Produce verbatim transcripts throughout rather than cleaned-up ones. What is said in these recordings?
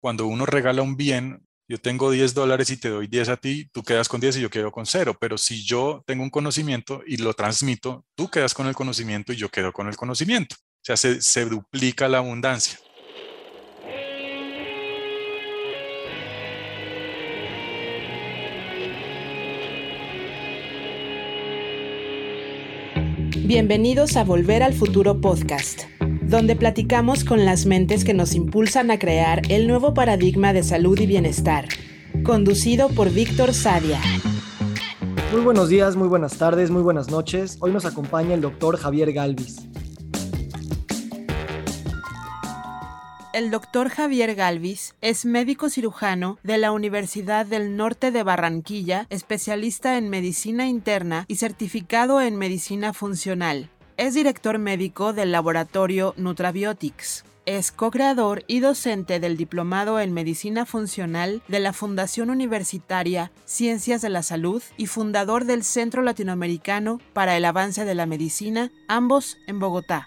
cuando uno regala un bien, yo tengo diez dólares y te doy diez a ti, tú quedas con diez y yo quedo con cero. Pero si yo tengo un conocimiento y lo transmito, tú quedas con el conocimiento y yo quedo con el conocimiento. O sea, se, se duplica la abundancia. Bienvenidos a Volver al Futuro Podcast, donde platicamos con las mentes que nos impulsan a crear el nuevo paradigma de salud y bienestar, conducido por Víctor Sadia. Muy buenos días, muy buenas tardes, muy buenas noches. Hoy nos acompaña el doctor Javier Galvis. El doctor Javier Galvis es médico cirujano de la Universidad del Norte de Barranquilla, especialista en medicina interna y certificado en medicina funcional. Es director médico del laboratorio Nutrabiotics. Es co-creador y docente del Diplomado en Medicina Funcional de la Fundación Universitaria Ciencias de la Salud y fundador del Centro Latinoamericano para el Avance de la Medicina, ambos en Bogotá.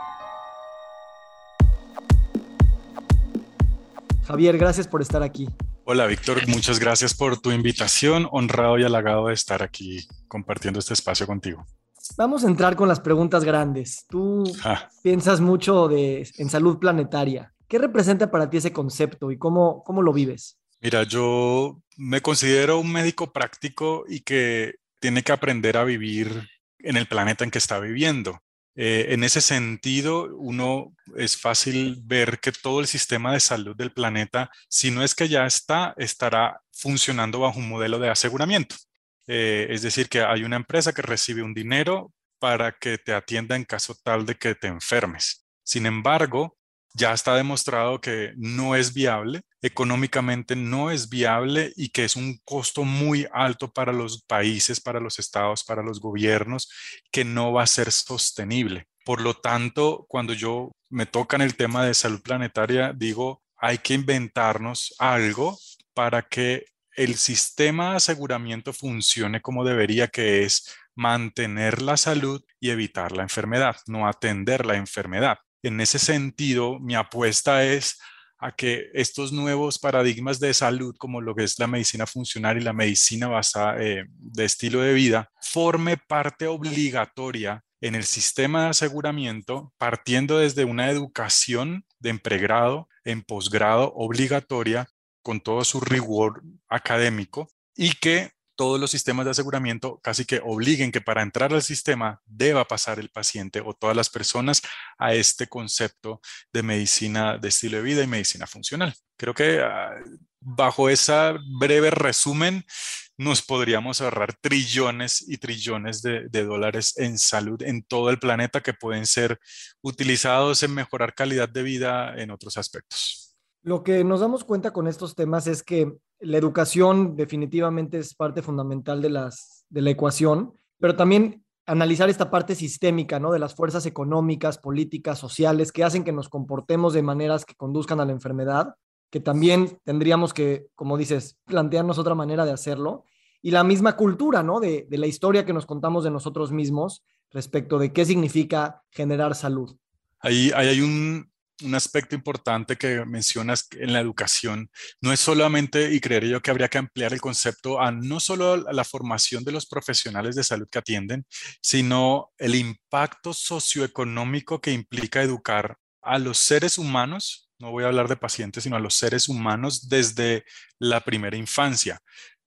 Javier, gracias por estar aquí. Hola, Víctor, muchas gracias por tu invitación. Honrado y halagado de estar aquí compartiendo este espacio contigo. Vamos a entrar con las preguntas grandes. Tú Ah, piensas mucho de, en salud planetaria. ¿Qué representa para ti ese concepto y cómo, cómo lo vives? Mira, yo me considero un médico práctico y que tiene que aprender a vivir en el planeta en que está viviendo. Eh, en ese sentido, uno es fácil ver que todo el sistema de salud del planeta, si no es que ya está, estará funcionando bajo un modelo de aseguramiento. Eh, es decir, que hay una empresa que recibe un dinero para que te atienda en caso tal de que te enfermes. Sin embargo, ya está demostrado que no es viable, económicamente no es viable y que es un costo muy alto para los países, para los estados, para los gobiernos, que no va a ser sostenible. Por lo tanto, cuando yo me toca en el tema de salud planetaria, digo, hay que inventarnos algo para que el sistema de aseguramiento funcione como debería, que es mantener la salud y evitar la enfermedad, no atender la enfermedad. En ese sentido, mi apuesta es a que estos nuevos paradigmas de salud, como lo que es la medicina funcional y la medicina basada eh, de estilo de vida, forme parte obligatoria en el sistema de aseguramiento, partiendo desde una educación de pregrado, en posgrado obligatoria, con todo su rigor académico, y que todos los sistemas de aseguramiento casi que obliguen que para entrar al sistema deba pasar el paciente o todas las personas a este concepto de medicina de estilo de vida y medicina funcional. Creo que uh, bajo ese breve resumen nos podríamos ahorrar trillones y trillones de, de dólares en salud en todo el planeta que pueden ser utilizados en mejorar calidad de vida en otros aspectos. Lo que nos damos cuenta con estos temas es que la educación definitivamente es parte fundamental de, las, de la ecuación, pero también analizar esta parte sistémica, ¿no? De las fuerzas económicas, políticas, sociales, que hacen que nos comportemos de maneras que conduzcan a la enfermedad, que también tendríamos que, como dices, plantearnos otra manera de hacerlo. Y la misma cultura, ¿no? De, de la historia que nos contamos de nosotros mismos respecto de qué significa generar salud. Ahí, ahí hay un, un aspecto importante que mencionas en la educación. No es solamente, y creería yo que habría que ampliar el concepto a no solo a la formación de los profesionales de salud que atienden, sino el impacto socioeconómico que implica educar a los seres humanos. No voy a hablar de pacientes, sino a los seres humanos desde la primera infancia.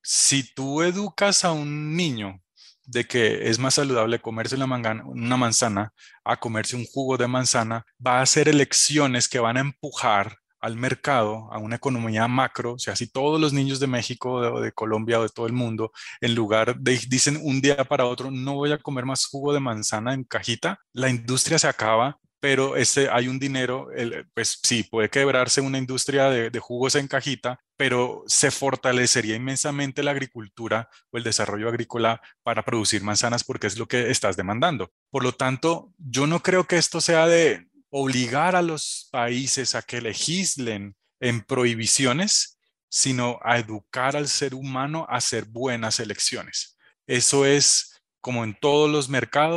Si tú educas a un niño de que es más saludable comerse una, mangana, una manzana a comerse un jugo de manzana, va a hacer elecciones que van a empujar al mercado, a una economía macro. O sea, si todos los niños de México o de, de Colombia o de todo el mundo, en lugar de dicen un día para otro, no voy a comer más jugo de manzana en cajita, la industria se acaba. Pero este, hay un dinero, el, pues sí, puede quebrarse una industria de, de jugos en cajita, pero se fortalecería inmensamente la agricultura o el desarrollo agrícola para producir manzanas porque es lo que estás demandando. Por lo tanto, yo no creo que esto sea de obligar a los países a que legislen en prohibiciones, sino a educar al ser humano a hacer buenas elecciones. Eso es como en todos los mercados.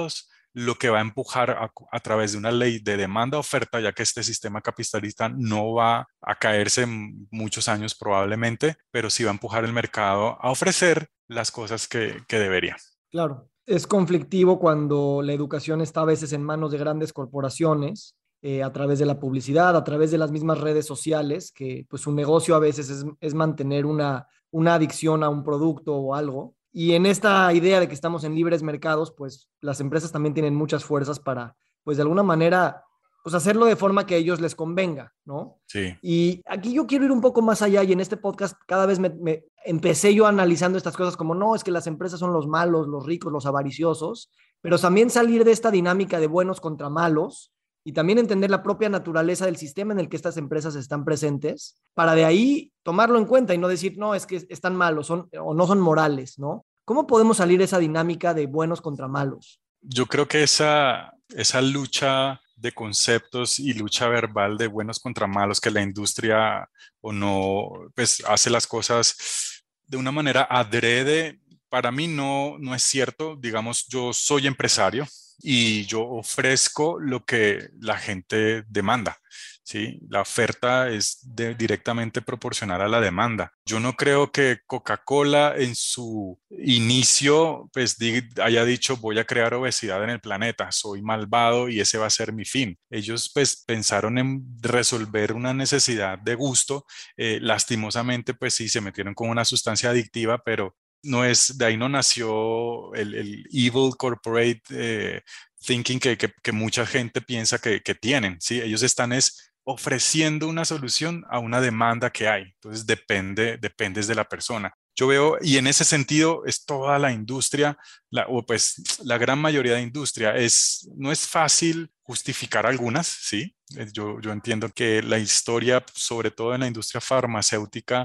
lo que va a empujar a, a través de una ley de demanda-oferta, ya que este sistema capitalista no va a caerse en muchos años probablemente, pero sí va a empujar el mercado a ofrecer las cosas que, que debería. Claro, es conflictivo cuando la educación está a veces en manos de grandes corporaciones, eh, a través de la publicidad, a través de las mismas redes sociales, que pues su negocio a veces es, es mantener una, una adicción a un producto o algo. Y en esta idea de que estamos en libres mercados, pues las empresas también tienen muchas fuerzas para, pues de alguna manera, pues hacerlo de forma que a ellos les convenga, ¿no? Sí. Y aquí yo quiero ir un poco más allá y en este podcast cada vez me, me empecé yo analizando estas cosas como, no, es que las empresas son los malos, los ricos, los avariciosos, pero también salir de esta dinámica de buenos contra malos y también entender la propia naturaleza del sistema en el que estas empresas están presentes, para de ahí tomarlo en cuenta y no decir, no, es que están malos son, o no son morales, ¿no? ¿Cómo podemos salir de esa dinámica de buenos contra malos? Yo creo que esa, esa lucha de conceptos y lucha verbal de buenos contra malos, que la industria o no, pues hace las cosas de una manera adrede, para mí no, no es cierto. Digamos, yo soy empresario y yo ofrezco lo que la gente demanda. ¿Sí? La oferta es de- directamente proporcional a la demanda. Yo no creo que Coca-Cola en su inicio pues di- haya dicho voy a crear obesidad en el planeta, soy malvado y ese va a ser mi fin. Ellos pues pensaron en resolver una necesidad de gusto. Eh, lastimosamente pues sí se metieron con una sustancia adictiva, pero no es, de ahí no nació el, el evil corporate eh, thinking que, que, que mucha gente piensa que, que tienen, ¿sí? Ellos están es ofreciendo una solución a una demanda que hay. Entonces depende, dependes de la persona. Yo veo, y en ese sentido es toda la industria, la, o pues la gran mayoría de industria, es, no es fácil justificar algunas, ¿sí? Eh, Yo, yo entiendo que la historia, sobre todo en la industria farmacéutica,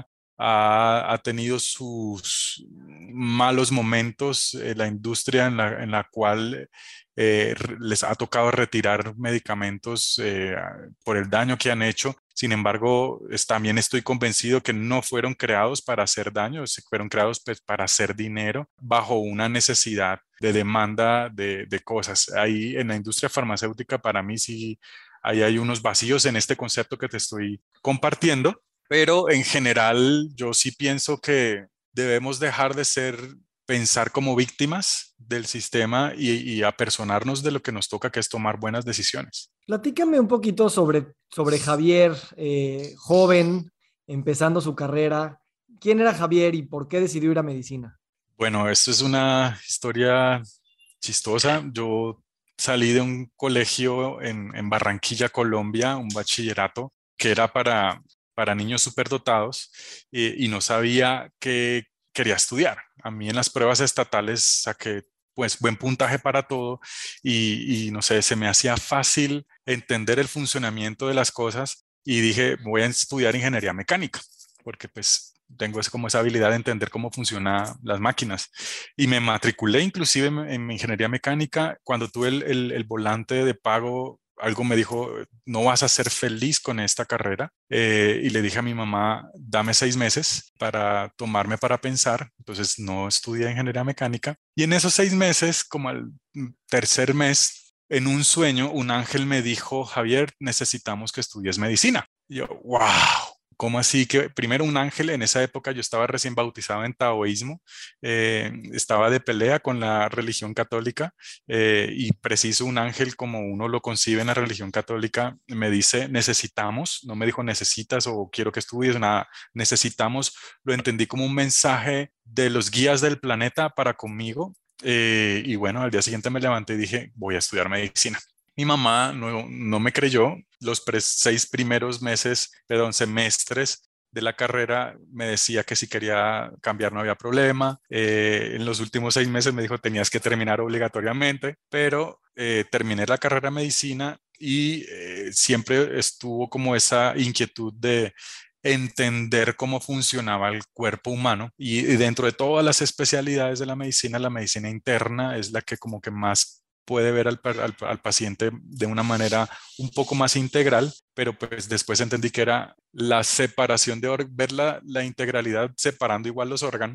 ha, ha tenido sus malos momentos, eh, la industria en la, en la cual eh, les ha tocado retirar medicamentos eh, por el daño que han hecho. Sin embargo, es, también estoy convencido que no fueron creados para hacer daño, fueron creados pues, para hacer dinero bajo una necesidad de demanda de, de cosas. Ahí en la industria farmacéutica, para mí sí, ahí hay unos vacíos en este concepto que te estoy compartiendo, pero en general yo sí pienso que debemos dejar de ser pensar como víctimas del sistema y, y apersonarnos de lo que nos toca, que es tomar buenas decisiones. Platícame un poquito sobre, sobre Javier, eh, joven, empezando su carrera. ¿Quién era Javier y por qué decidió ir a medicina? Bueno, esto es una historia chistosa. Yo salí de un colegio en, en Barranquilla, Colombia, un bachillerato que era para, para niños superdotados eh, y no sabía qué quería estudiar. A mí en las pruebas estatales saqué pues buen puntaje para todo y, y no sé, se me hacía fácil entender el funcionamiento de las cosas y dije, voy a estudiar ingeniería mecánica, porque pues tengo es como esa habilidad de entender cómo funcionan las máquinas. Y me matriculé inclusive en, en ingeniería mecánica. Cuando tuve el, el, el volante de pago, algo me dijo, no vas a ser feliz con esta carrera. Eh, y le dije a mi mamá, dame seis meses para tomarme para pensar. Entonces no estudié ingeniería mecánica. Y en esos seis meses, como al tercer mes, en un sueño, un ángel me dijo, Javier, necesitamos que estudies medicina. Y yo, wow. ¿Cómo así que primero un ángel? En esa época yo estaba recién bautizado en taoísmo, eh, estaba de pelea con la religión católica eh, y preciso un ángel como uno lo concibe en la religión católica me dice necesitamos, no me dijo necesitas o quiero que estudies, nada, necesitamos, lo entendí como un mensaje de los guías del planeta para conmigo eh, y bueno, al día siguiente me levanté y dije voy a estudiar medicina. Mi mamá no, no me creyó. Los pre- seis primeros meses, perdón, semestres de la carrera me decía que si quería cambiar no había problema. Eh, en los últimos seis meses me dijo tenías que terminar obligatoriamente, pero eh, terminé la carrera de medicina y eh, siempre estuvo como esa inquietud de entender cómo funcionaba el cuerpo humano y, y dentro de todas las especialidades de la medicina, la medicina interna es la que como que más puede ver al, al, al, paciente de una manera un poco más integral, pero pues después entendí que era la separación de ver la, la integralidad separando igual los órganos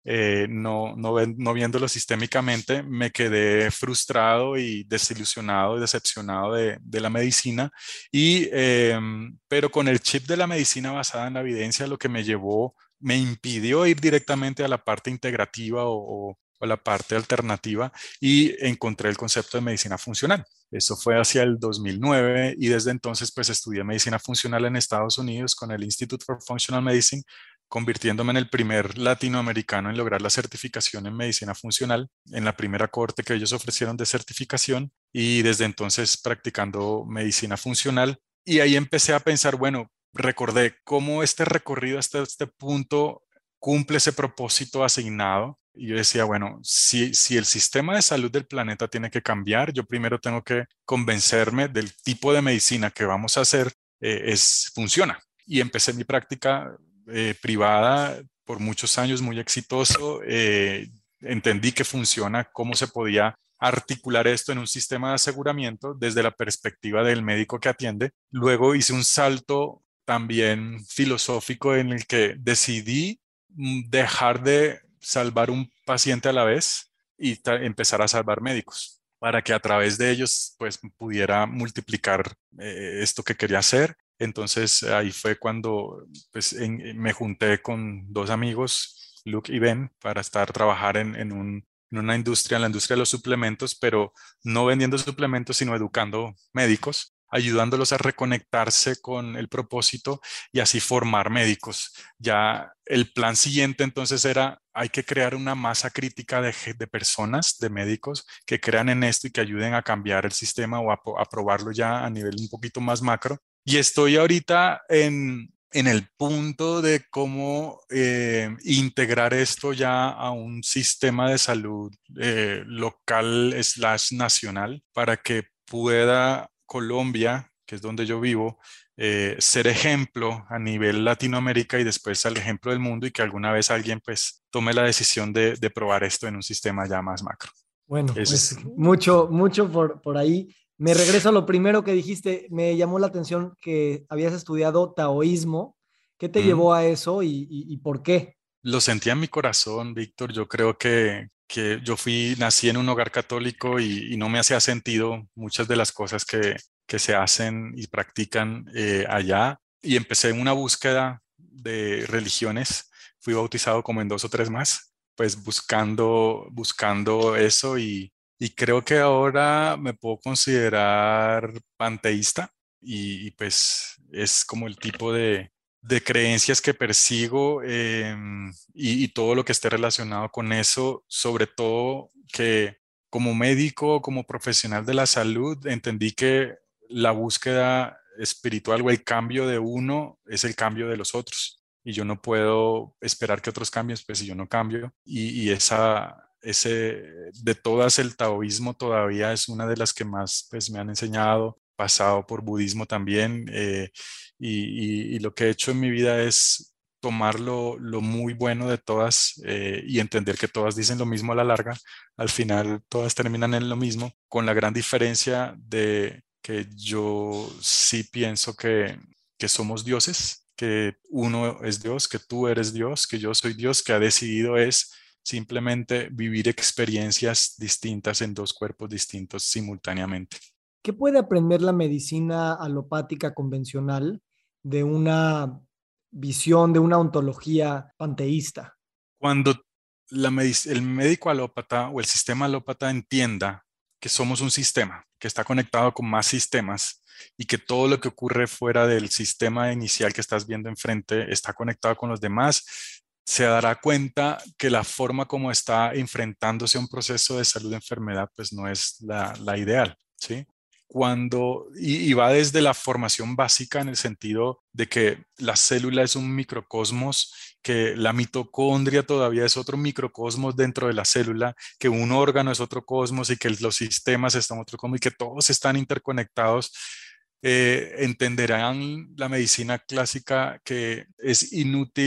eh, no, no, ven- no viéndolo sistémicamente, me quedé frustrado y desilusionado y decepcionado de, de la medicina. Y, em, pero con el chip de la medicina basada en la evidencia, lo que me llevó, me impidió ir directamente a la parte integrativa o, o o la parte alternativa, y encontré el concepto de medicina funcional. Eso fue hacia el dos mil nueve y desde entonces pues estudié medicina funcional en Estados Unidos con el Institute for Functional Medicine, convirtiéndome en el primer latinoamericano en lograr la certificación en medicina funcional, en la primera corte que ellos ofrecieron de certificación, y desde entonces practicando medicina funcional. Y ahí empecé a pensar, bueno, recordé cómo este recorrido hasta este punto cumple ese propósito asignado. Y yo decía, bueno, si, si el sistema de salud del planeta tiene que cambiar, yo primero tengo que convencerme del tipo de medicina que vamos a hacer eh, es, funciona. Y empecé mi práctica eh, privada por muchos años, muy exitoso. Eh, entendí que funciona, cómo se podía articular esto en un sistema de aseguramiento desde la perspectiva del médico que atiende. Luego hice un salto también filosófico en el que decidí mm, dejar de salvar un paciente a la vez y empezar a salvar médicos para que a través de ellos pues pudiera multiplicar eh, esto que quería hacer. Entonces ahí fue cuando pues, en, me junté con dos amigos, Luke y Ben, para estar trabajar en, en, un, en una industria, en la industria de los suplementos, pero no vendiendo suplementos, sino educando médicos, ayudándolos a reconectarse con el propósito y así formar médicos. Ya el plan siguiente entonces era, hay que crear una masa crítica de, de personas, de médicos que crean en esto y que ayuden a cambiar el sistema o a, a probarlo ya a nivel un poquito más macro. Y estoy ahorita en, en el punto de cómo eh, integrar esto ya a un sistema de salud eh, local slash nacional para que pueda Colombia, que es donde yo vivo, eh, ser ejemplo a nivel Latinoamérica y después al ejemplo del mundo, y que alguna vez alguien pues tome la decisión de, de probar esto en un sistema ya más macro. Bueno, Ese pues es. mucho, mucho por, por ahí. Me regreso a lo primero que dijiste. Me llamó la atención que habías estudiado taoísmo. ¿Qué te Mm. llevó a eso y, y, y por qué? Lo sentía en mi corazón, Víctor. Yo creo que, que yo fui, nací en un hogar católico y, y no me hacía sentido muchas de las cosas que, que se hacen y practican eh, allá. Y empecé en una búsqueda de religiones. Fui bautizado como en dos o tres más, pues buscando, buscando eso, y, y creo que ahora me puedo considerar panteísta, y, y pues es como el tipo de de creencias que persigo, eh, y, y todo lo que esté relacionado con eso, sobre todo que como médico, como profesional de la salud, entendí que la búsqueda espiritual o el cambio de uno es el cambio de los otros. Y yo no puedo esperar que otros cambien, pues si yo no cambio. Y, y esa, ese, de todas, el taoísmo todavía es una de las que más pues, me han enseñado, pasado por budismo también. Eh, y, y, y lo que he hecho en mi vida es tomar lo, lo muy bueno de todas, eh, y entender que todas dicen lo mismo a la larga. Al final todas terminan en lo mismo, con la gran diferencia de que yo sí pienso que, que somos dioses, que uno es Dios, que tú eres Dios, que yo soy Dios, que ha decidido es simplemente vivir experiencias distintas en dos cuerpos distintos simultáneamente. ¿Qué puede aprender la medicina alopática convencional de una visión, de una ontología panteísta? Cuando la medic- el médico alópata o el sistema alópata entienda que somos un sistema, que está conectado con más sistemas y que todo lo que ocurre fuera del sistema inicial que estás viendo enfrente está conectado con los demás, se dará cuenta que la forma como está enfrentándose a un proceso de salud-enfermedad pues no es la, la ideal, ¿sí? Cuando, y, y va desde la formación básica en el sentido de que la célula es un microcosmos, que la mitocondria todavía es otro microcosmos dentro de la célula, que un órgano es otro cosmos y que los sistemas están otro cosmos y que todos están interconectados. Eh, entenderán la medicina clásica que es inútil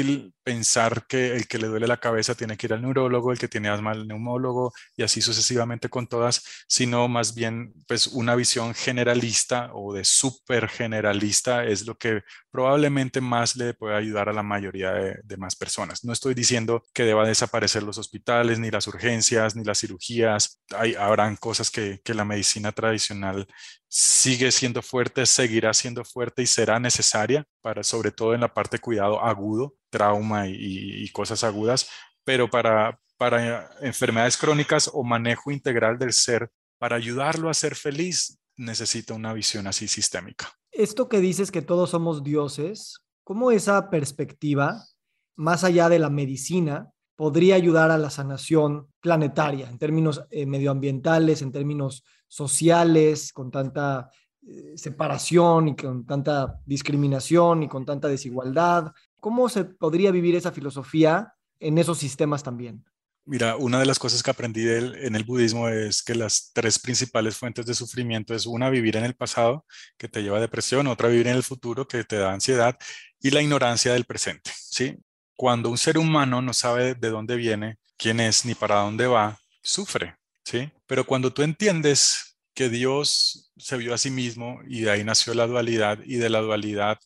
pensar que el que le duele la cabeza tiene que ir al neurólogo, el que tiene asma al neumólogo y así sucesivamente con todas, sino más bien pues una visión generalista o de súper generalista es lo que probablemente más le puede ayudar a la mayoría de, de más personas. No estoy diciendo que deba desaparecer los hospitales, ni las urgencias, ni las cirugías. Hay, habrán cosas que, que la medicina tradicional sigue siendo fuerte, seguirá siendo fuerte y será necesaria para, sobre todo en la parte de cuidado agudo, trauma y, y cosas agudas, pero para, para enfermedades crónicas o manejo integral del ser, para ayudarlo a ser feliz, necesita una visión así sistémica. Esto que dices que todos somos dioses, ¿cómo esa perspectiva, más allá de la medicina, podría ayudar a la sanación planetaria en términos eh, medioambientales, en términos sociales, con tanta eh, separación y con tanta discriminación y con tanta desigualdad? ¿Cómo se podría vivir esa filosofía en esos sistemas también? Mira, una de las cosas que aprendí del- en el budismo es que las tres principales fuentes de sufrimiento es una, vivir en el pasado, que te lleva a depresión, otra, vivir en el futuro, que te da ansiedad, y la ignorancia del presente, ¿sí? Cuando un ser humano no sabe de dónde viene, quién es, ni para dónde va, sufre, ¿sí? Pero cuando tú entiendes que Dios se vio a sí mismo y de ahí nació la dualidad y de la dualidad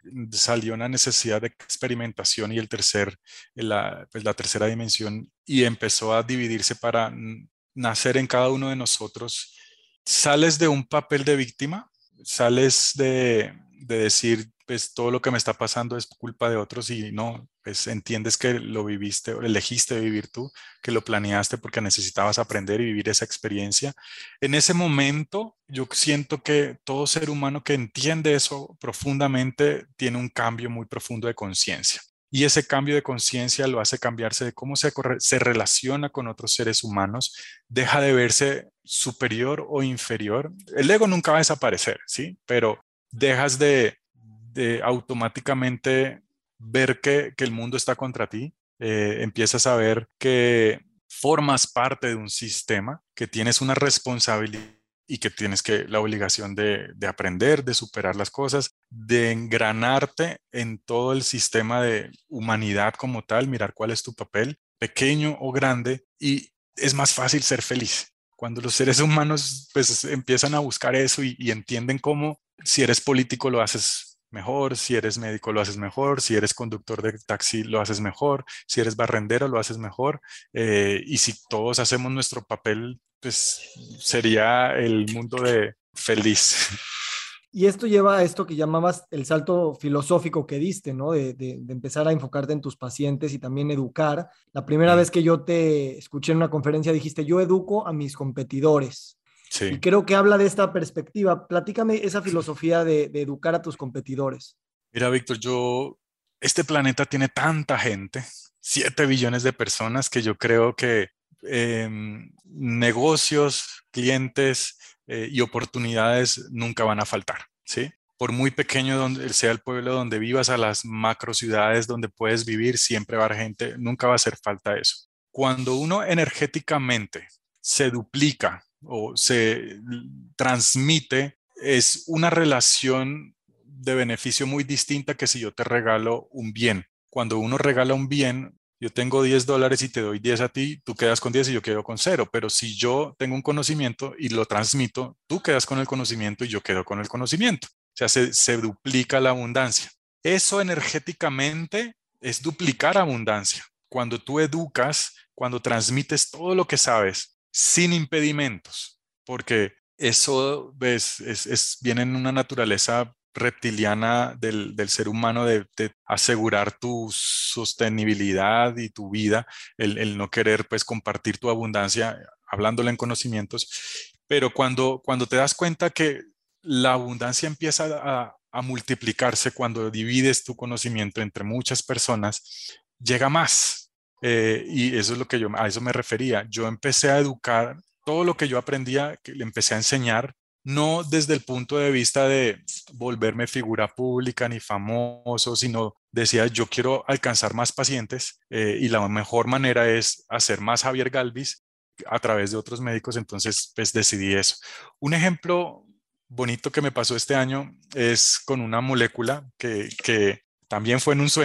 salió una necesidad de experimentación y el tercer, la, pues la tercera dimensión y empezó a dividirse para n- nacer en cada uno de nosotros. Sales de un papel de víctima, sales de, de decir, pues todo lo que me está pasando es culpa de otros y no, pues entiendes que lo viviste, o elegiste vivir tú, que lo planeaste porque necesitabas aprender y vivir esa experiencia. En ese momento, yo siento que todo ser humano que entiende eso profundamente tiene un cambio muy profundo de conciencia. Y ese cambio de conciencia lo hace cambiarse de cómo se, corre- se relaciona con otros seres humanos, deja de verse superior o inferior. El ego nunca va a desaparecer, ¿sí? Pero dejas de, de automáticamente ver que, que el mundo está contra ti. Eh, empiezas a ver que formas parte de un sistema, que tienes una responsabilidad y que tienes que la obligación de, de aprender, de superar las cosas, de engranarte en todo el sistema de humanidad como tal, mirar cuál es tu papel, pequeño o grande, y es más fácil ser feliz. Cuando los seres humanos pues empiezan a buscar eso y, y entienden cómo si eres político lo haces mejor, si eres médico lo haces mejor, si eres conductor de taxi lo haces mejor, si eres barrendero lo haces mejor, eh, y si todos hacemos nuestro papel, pues sería el mundo de feliz. Y esto lleva a esto que llamabas el salto filosófico que diste, ¿no? De, de, de empezar a enfocarte en tus pacientes y también educar. La primera Mm, vez que yo te escuché en una conferencia dijiste, yo educo a mis competidores. Y sí. creo que habla de esta perspectiva. Platícame esa filosofía de, de educar a tus competidores. Mira, Víctor, yo, este planeta tiene tanta gente, siete billones de personas, que yo creo que em, negocios, clientes eh, y oportunidades nunca van a faltar, ¿sí? Por muy pequeño donde sea el pueblo donde vivas, a las macro ciudades donde puedes vivir, siempre va a haber gente, nunca va a hacer falta eso. Cuando uno energéticamente se duplica o se transmite, es una relación de beneficio muy distinta que si yo te regalo un bien. Cuando uno regala un bien, yo tengo diez dólares y te doy diez a ti, tú quedas con diez y yo quedo con cero. Pero si yo tengo un conocimiento y lo transmito, tú quedas con el conocimiento y yo quedo con el conocimiento. O sea, se, se duplica la abundancia. Eso energéticamente es duplicar abundancia. Cuando tú educas, cuando transmites todo lo que sabes sin impedimentos, porque eso ves, es, es, viene en una naturaleza reptiliana del, del ser humano de, de, asegurar tu sostenibilidad y tu vida, el, el, no querer pues compartir tu abundancia hablándole en conocimientos, pero cuando, cuando te das cuenta que la abundancia empieza a, a multiplicarse cuando divides tu conocimiento entre muchas personas, llega más. Eh, y eso es lo que yo, a eso me refería. Yo empecé a educar todo lo que yo aprendía, que le empecé a enseñar, no desde el punto de vista de volverme figura pública ni famoso, sino decía, yo quiero alcanzar más pacientes eh, y la mejor manera es hacer más Javier Galvis a través de otros médicos, entonces pues decidí eso. Un ejemplo bonito que me pasó este año es con una molécula que, que también fue en un sueño.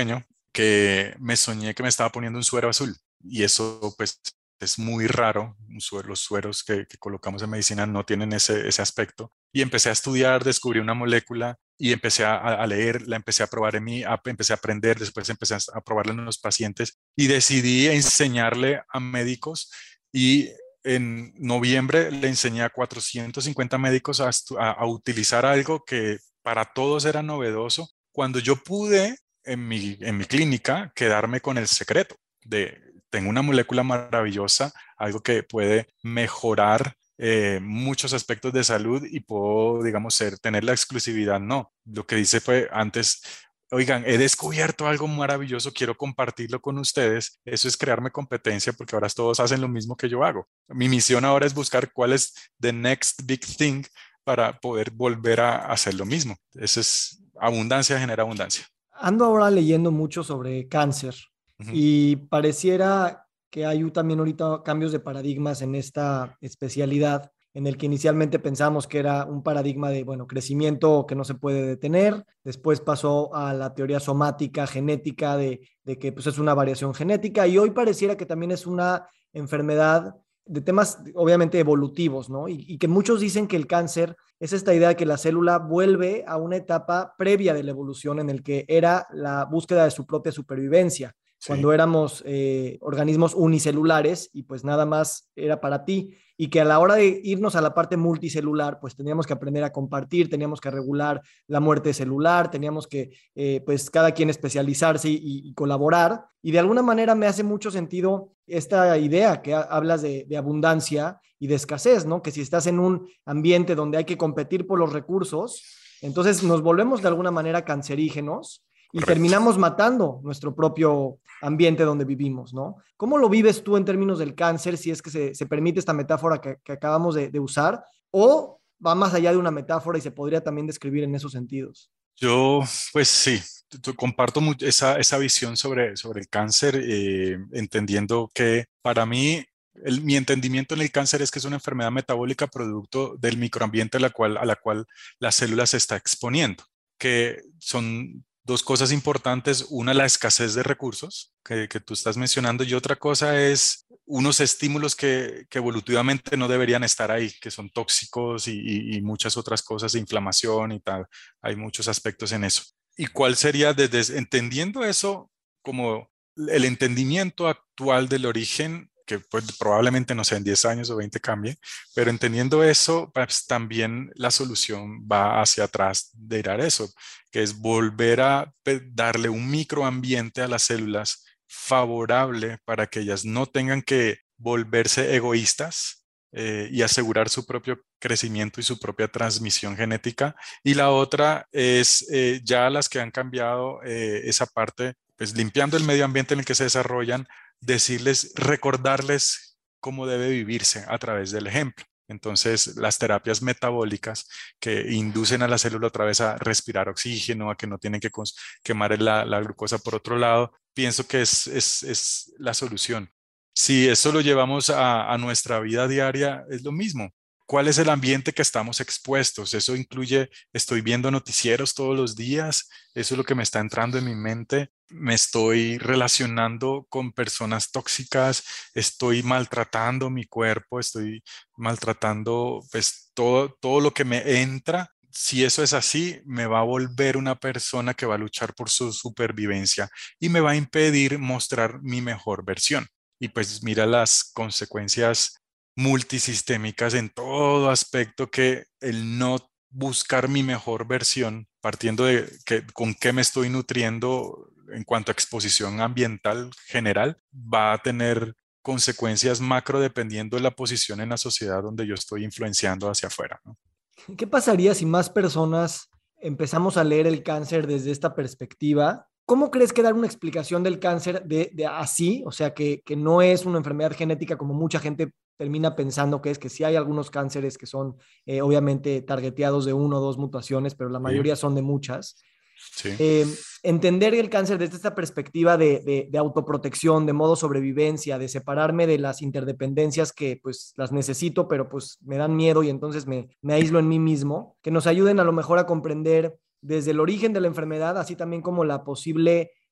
que me soñé que me estaba poniendo un suero azul y eso pues es muy raro. Un suero- los sueros que, que colocamos en medicina no tienen ese, ese aspecto. Y empecé a estudiar, descubrí una molécula y empecé a, a leer, la empecé a probar en mí, a- empecé a aprender, después empecé a, a probarla en los pacientes y decidí enseñarle a médicos y en noviembre le enseñé a cuatrocientos cincuenta médicos a, estu- a- a utilizar algo que para todos era novedoso, cuando yo pude en mi, en mi clínica quedarme con el secreto de, tengo una molécula maravillosa, algo que puede mejorar eh, muchos aspectos de salud y puedo, digamos, ser, tener la exclusividad. No, lo que dice fue antes, oigan, he descubierto algo maravilloso, quiero compartirlo con ustedes. Eso es crearme competencia porque ahora todos hacen lo mismo que yo hago. Mi misión ahora es buscar cuál es the next big thing para poder volver a hacer lo mismo. Eso es abundancia genera abundancia. Ando ahora leyendo mucho sobre cáncer Ujú. y pareciera que hay también ahorita cambios de paradigmas en esta especialidad, en el que inicialmente pensamos que era un paradigma de, bueno, crecimiento que no se puede detener, después pasó a la teoría somática, genética, de, de que pues, es una variación genética, y hoy pareciera que también es una enfermedad de temas obviamente evolutivos, ¿no? Y, y que muchos dicen que el cáncer es esta idea de que la célula vuelve a una etapa previa de la evolución en el que era la búsqueda de su propia supervivencia, Sí, cuando éramos eh, organismos unicelulares y pues nada más era para ti, y que a la hora de irnos a la parte multicelular, pues teníamos que aprender a compartir, teníamos que regular la muerte celular, teníamos que eh, pues cada quien especializarse y, y, colaborar, y de alguna manera me hace mucho sentido esta idea que ha, hablas de, de abundancia y de escasez, ¿no? Que si estás en un ambiente donde hay que competir por los recursos, entonces nos volvemos de alguna manera cancerígenos y correcto. terminamos matando nuestro propio ambiente donde vivimos, ¿no? ¿Cómo lo vives tú en términos del cáncer, si es que se, se permite esta metáfora que, que acabamos de, de usar, o va más allá de una metáfora y se podría también describir en esos sentidos? Yo, pues sí, t- t- comparto mu- esa, esa visión sobre, sobre el cáncer, eh, entendiendo que para mí, el- mi entendimiento en el cáncer es que es una enfermedad metabólica producto del microambiente a la cual, a la cual la célula se está exponiendo, que son dos cosas importantes. Una, la escasez de recursos que, que tú estás mencionando, y otra cosa es unos estímulos que, que evolutivamente no deberían estar ahí, que son tóxicos y, y- y muchas otras cosas, inflamación y tal. Hay muchos aspectos en eso. ¿Y cuál sería, desde entendiendo eso como el entendimiento actual del origen, que pues, probablemente no sé, en diez años o veinte cambie, pero entendiendo eso, pues también la solución va hacia atrás de ir a eso, que es volver a pe- darle un microambiente a las células favorable para que ellas no tengan que volverse egoístas eh, y asegurar su propio crecimiento y su propia transmisión genética. Y la otra es eh, ya las que han cambiado eh, esa parte, pues limpiando el medio ambiente en el que se desarrollan, decirles, recordarles cómo debe vivirse a través del ejemplo. Entonces, las terapias metabólicas que inducen a la célula otra vez a respirar oxígeno, a que no tienen que quemar la, la glucosa por otro lado, pienso que es, es, es la solución. Si eso lo llevamos a, a nuestra vida diaria, es lo mismo. ¿Cuál es el ambiente que estamos expuestos? Eso incluye, estoy viendo noticieros todos los días, eso es lo que me está entrando en mi mente, me estoy relacionando con personas tóxicas, estoy maltratando mi cuerpo, estoy maltratando pues todo, todo lo que me entra. Si eso es así, me va a volver una persona que va a luchar por su supervivencia y me va a impedir mostrar mi mejor versión. Y pues mira las consecuencias multisistémicas en todo aspecto, que el no buscar mi mejor versión, partiendo de que, con qué me estoy nutriendo en cuanto a exposición ambiental general, va a tener consecuencias macro dependiendo de la posición en la sociedad donde yo estoy influenciando hacia afuera, ¿no? ¿Qué pasaría si más personas empezamos a leer el cáncer desde esta perspectiva? ¿Cómo crees que dar una explicación del cáncer de, de así? O sea, que, que no es una enfermedad genética como mucha gente termina pensando que es, que sí hay algunos cánceres que son eh, obviamente targeteados de uno o dos mutaciones, pero la Sí, mayoría son de muchas. sí. eh, entender el cáncer desde esta perspectiva de, de, de, autoprotección, de modo sobrevivencia, de separarme de las interdependencias que pues las necesito, pero pues me dan miedo y entonces me, me aíslo en mí mismo, que nos ayuden a lo mejor a comprender desde el origen de la enfermedad, así también como la posible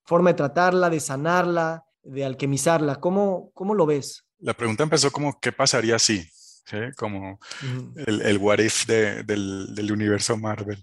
forma de tratarla, de sanarla, de alquimizarla. ¿Cómo, cómo lo ves? La pregunta empezó como, ¿qué pasaría si? ¿Sí? Como Ujú. el, el what if de- del, del universo Marvel.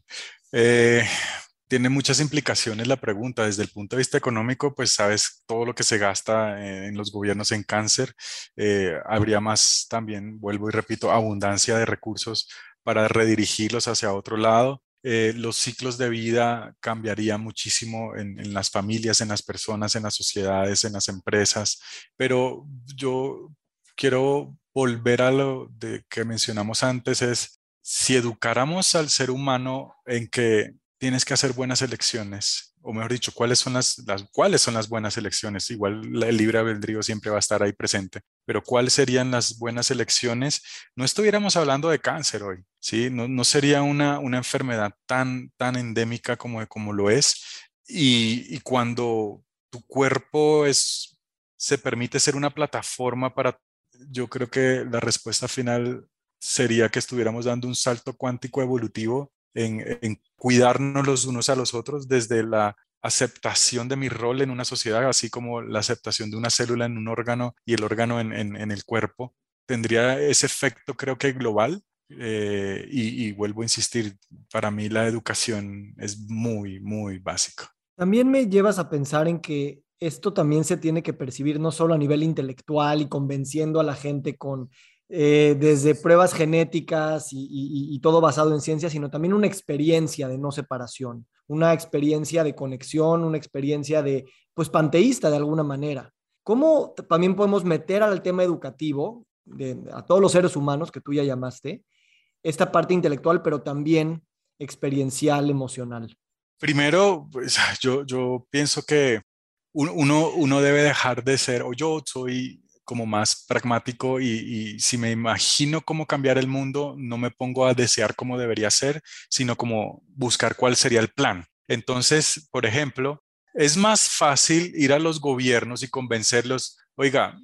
Eh, Tiene muchas implicaciones la pregunta. Desde el punto de vista económico, pues sabes todo lo que se gasta eh, en los gobiernos en cáncer. Eh, habría más también, vuelvo y repito, abundancia de recursos para redirigirlos hacia otro lado. Eh, los ciclos de vida cambiarían muchísimo en, en las familias, en las personas, en las sociedades, en las empresas. Pero yo quiero volver a lo de que mencionamos antes, es si educáramos al ser humano en que tienes que hacer buenas elecciones, o mejor dicho, ¿cuáles son las, las, cuáles son las buenas elecciones? Igual la- el libre albedrío siempre va a estar ahí presente, pero ¿cuáles serían las buenas elecciones? No estuviéramos hablando de cáncer hoy, ¿sí? No, no sería una, una enfermedad tan, tan endémica como, como lo es. Y, y cuando tu cuerpo es, se permite ser una plataforma para, yo creo que la respuesta final sería que estuviéramos dando un salto cuántico evolutivo en, en cuidarnos los unos a los otros desde la aceptación de mi rol en una sociedad, así como la aceptación de una célula en un órgano y el órgano en, en, en el cuerpo. Tendría ese efecto, creo que global. Eh, y, y vuelvo a insistir, para mí la educación es muy, muy básica. También me llevas a pensar en que esto también se tiene que percibir no solo a nivel intelectual y convenciendo a la gente con eh, desde pruebas genéticas y, y- y todo basado en ciencia, sino también una experiencia de no separación, una experiencia de conexión, una experiencia de, pues, panteísta de alguna manera. ¿Cómo t- también podemos meter al tema educativo de, a todos los seres humanos que tú ya llamaste, esta parte intelectual, pero también experiencial, emocional? Primero, pues yo, yo pienso que un- uno, uno debe dejar de ser, o yo soy como más pragmático y, y si me imagino cómo cambiar el mundo, no me pongo a desear cómo debería ser, sino como buscar cuál sería el plan. Entonces, por ejemplo, es más fácil ir a los gobiernos y convencerlos, oiga,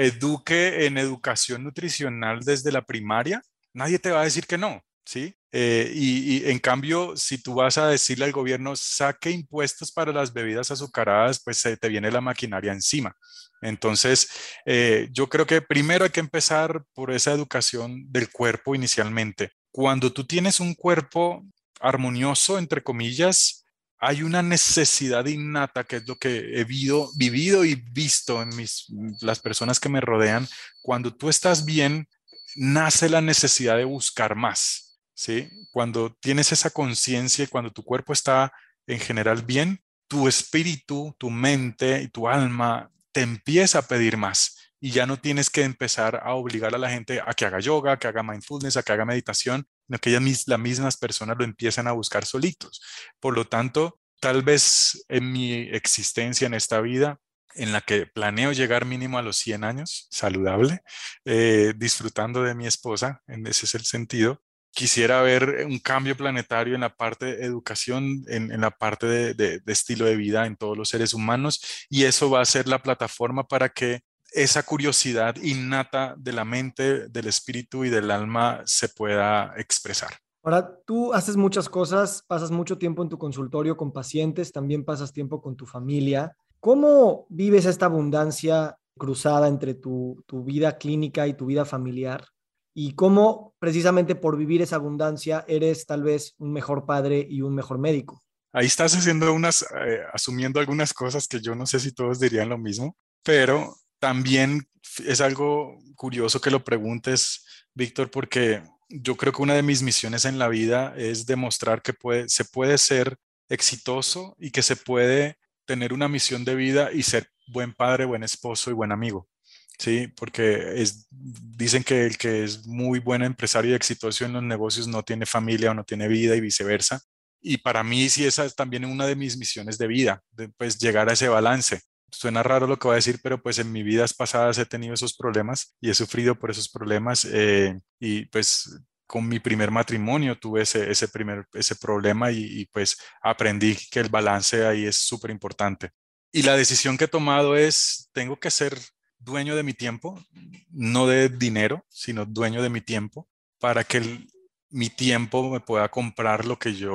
eduque en educación nutricional desde la primaria, nadie te va a decir que no, ¿sí? Eh, y, y en cambio, si tú vas a decirle al gobierno, saque impuestos para las bebidas azucaradas, pues se te viene la maquinaria encima. Entonces, eh, yo creo que primero hay que empezar por esa educación del cuerpo inicialmente. Cuando tú tienes un cuerpo armonioso, entre comillas, hay una necesidad innata, que es lo que he vivido, vivido y visto en mis, las personas que me rodean. Cuando tú estás bien, nace la necesidad de buscar más, ¿sí? Cuando tienes esa conciencia y cuando tu cuerpo está en general bien, tu espíritu, tu mente y tu alma te empieza a pedir más y ya no tienes que empezar a obligar a la gente a que haga yoga, a que haga mindfulness, a que haga meditación, sino que ellas mis, las mismas personas lo empiezan a buscar solitos. Por lo tanto, tal vez en mi existencia en esta vida, en la que planeo llegar mínimo a los cien años, saludable, eh, disfrutando de mi esposa, en ese es el sentido. Quisiera ver un cambio planetario en la parte de educación, en, en la parte de, de, de estilo de vida en todos los seres humanos, y eso va a ser la plataforma para que esa curiosidad innata de la mente, del espíritu y del alma se pueda expresar. Ahora, tú haces muchas cosas, pasas mucho tiempo en tu consultorio con pacientes, también pasas tiempo con tu familia. ¿Cómo vives esta abundancia cruzada entre tu, tu vida clínica y tu vida familiar? ¿Y cómo, precisamente por vivir esa abundancia, eres tal vez un mejor padre y un mejor médico? Ahí estás haciendo unas, eh, asumiendo algunas cosas que yo no sé si todos dirían lo mismo, pero también es algo curioso que lo preguntes, Víctor, porque yo creo que una de mis misiones en la vida es demostrar que puede, se puede ser exitoso y que se puede tener una misión de vida y ser buen padre, buen esposo y buen amigo. Sí, porque es, dicen que el que es muy buen empresario y exitoso en los negocios no tiene familia o no tiene vida y viceversa. Y para mí sí, esa es también una de mis misiones de vida, de, pues llegar a ese balance. Suena raro lo que voy a decir, pero pues en mi vidas pasadas he tenido esos problemas y he sufrido por esos problemas. Eh, y pues con mi primer matrimonio tuve ese, ese primer ese problema y, y pues aprendí que el balance ahí es súper importante. Y la decisión que he tomado es, tengo que ser dueño de mi tiempo, no de dinero, sino dueño de mi tiempo, para que el- mi tiempo me pueda comprar lo que yo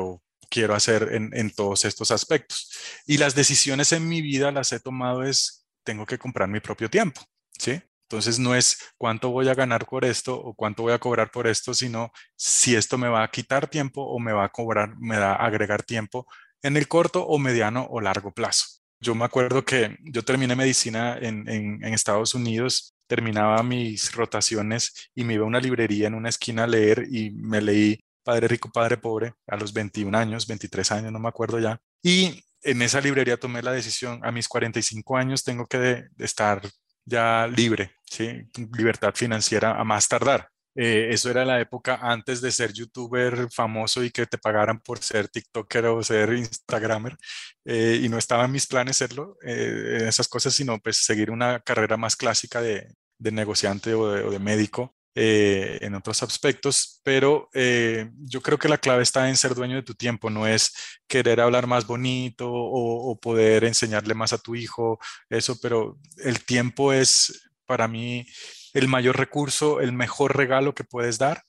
quiero hacer en, en todos estos aspectos. Y las decisiones en mi vida las he tomado es, tengo que comprar mi propio tiempo, ¿sí? Entonces no es cuánto voy a ganar por esto o cuánto voy a cobrar por esto, sino si esto me va a quitar tiempo o me va a cobrar, me va a agregar tiempo en el corto o mediano o largo plazo. Yo me acuerdo que yo terminé medicina en, en, en Estados Unidos, terminaba mis rotaciones y me iba a una librería en una esquina a leer y me leí Padre Rico, Padre Pobre a los veintiún años, veintitrés años, no me acuerdo ya. Y en esa librería tomé la decisión, a mis cuarenta y cinco años tengo que de, de estar ya libre, ¿sí? Libertad financiera a más tardar. Eh, eso era la época antes de ser youtuber famoso y que te pagaran por ser TikToker o ser Instagramer. Eh, y no estaba en mis planes serlo, eh, esas cosas, sino pues seguir una carrera más clásica de, de negociante o de, o de médico. Eh, en otros aspectos, pero eh, yo creo que la clave está en ser dueño de tu tiempo, no es querer hablar más bonito o, o poder enseñarle más a tu hijo, eso, pero el tiempo es para mí el mayor recurso, el mejor regalo que puedes dar.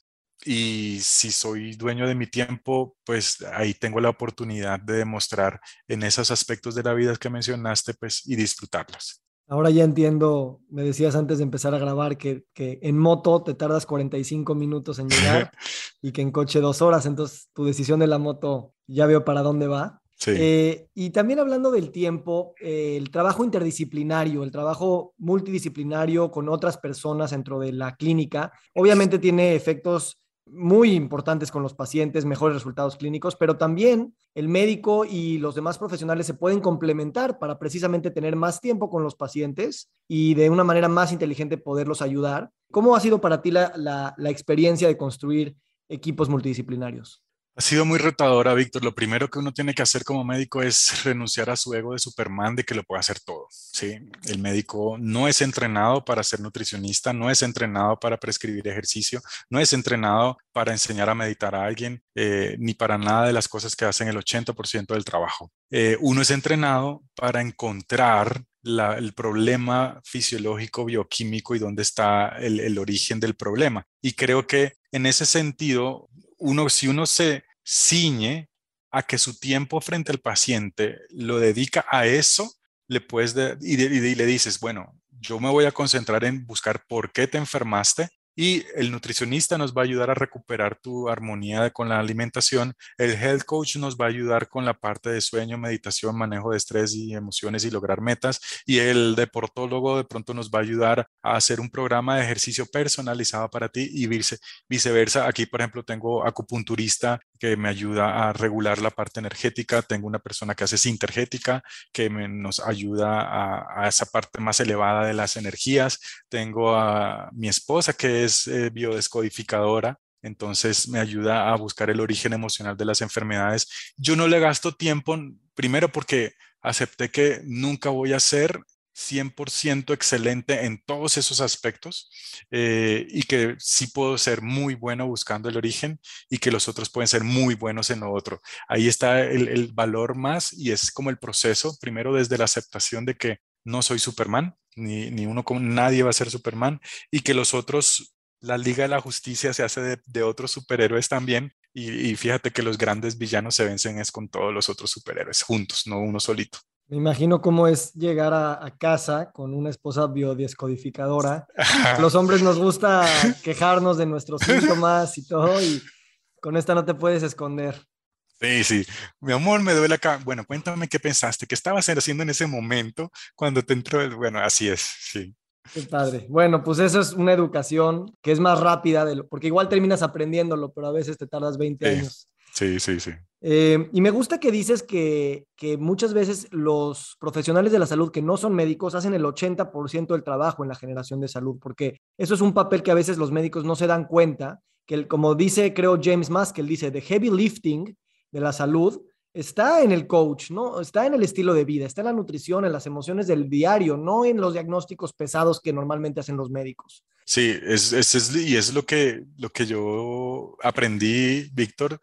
Y si soy dueño de mi tiempo, pues ahí tengo la oportunidad de demostrar en esos aspectos de la vida que mencionaste, pues y disfrutarlos. Ahora ya entiendo, me decías antes de empezar a grabar que, que en moto te tardas cuarenta y cinco minutos en llegar y que en coche dos horas, entonces tu decisión de la moto ya veo para dónde va. Sí. Eh, y también hablando del tiempo, eh, el trabajo interdisciplinario, el trabajo multidisciplinario con otras personas dentro de la clínica, obviamente tiene efectos muy importantes con los pacientes, mejores resultados clínicos, pero también el médico y los demás profesionales se pueden complementar para precisamente tener más tiempo con los pacientes y de una manera más inteligente poderlos ayudar. ¿Cómo ha sido para ti la, la, la experiencia de construir equipos multidisciplinarios? Ha sido muy retadora, Víctor. Lo primero que uno tiene que hacer como médico es renunciar a su ego de Superman de que lo puede hacer todo, ¿sí? El médico no es entrenado para ser nutricionista, no es entrenado para prescribir ejercicio, no es entrenado para enseñar a meditar a alguien, eh, ni para nada de las cosas que hacen el ochenta por ciento del trabajo. Eh, uno es entrenado para encontrar La, el problema fisiológico, bioquímico y dónde está el, el origen del problema. Y creo que en ese sentido, uno, si uno se ciñe a que su tiempo frente al paciente lo dedica a eso, le puedes de, y, de, y, de, y le dices, bueno, yo me voy a concentrar en buscar por qué te enfermaste y el nutricionista nos va a ayudar a recuperar tu armonía con la alimentación. El health coach nos va a ayudar con la parte de sueño, meditación, manejo de estrés y emociones y lograr metas. Y el deportólogo de pronto nos va a ayudar a hacer un programa de ejercicio personalizado para ti y vice, viceversa. Aquí, por ejemplo, tengo acupunturista que me ayuda a regular la parte energética. Tengo una persona que hace sintergética que me, nos ayuda a, a esa parte más elevada de las energías. Tengo a mi esposa que es eh, biodescodificadora, entonces me ayuda a buscar el origen emocional de las enfermedades. Yo no le gasto tiempo, primero porque acepté que nunca voy a ser cien por ciento excelente en todos esos aspectos eh, y que sí puedo ser muy bueno buscando el origen y que los otros pueden ser muy buenos en lo otro. Ahí está el, el valor más y es como el proceso, primero desde la aceptación de que no soy Superman, ni, ni uno con nadie va a ser Superman y que los otros, la Liga de la Justicia se hace de, de otros superhéroes también y, y fíjate que los grandes villanos se vencen es con todos los otros superhéroes juntos, no uno solito. Me imagino cómo es llegar a, a casa con una esposa biodescodificadora. A los hombres nos gusta quejarnos de nuestros síntomas y todo, y con esta no te puedes esconder. Sí, sí. Mi amor, me duele acá. Bueno, cuéntame qué pensaste, qué estabas haciendo en ese momento cuando te entró el... Bueno, así es, sí. Qué padre. Bueno, pues eso es una educación que es más rápida, de lo, porque igual terminas aprendiéndolo, pero a veces te tardas veinte Sí, años. sí, sí, sí. Eh, y me gusta que dices que, que muchas veces los profesionales de la salud que no son médicos hacen el ochenta por ciento del trabajo en la generación de salud, porque eso es un papel que a veces los médicos no se dan cuenta, que el, como dice, creo, James Maskell, dice, the heavy lifting de la salud está en el coach, ¿no? Está en el estilo de vida, está en la nutrición, en las emociones del diario, no en los diagnósticos pesados que normalmente hacen los médicos. Sí, es, es, es- y es lo que, lo que yo aprendí, Víctor.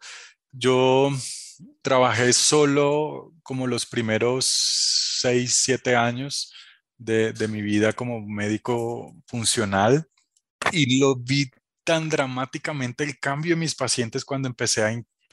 Yo trabajé solo como los primeros seis, siete años de, de mi vida como médico funcional y lo vi tan dramáticamente el cambio en mis pacientes cuando empecé a, in-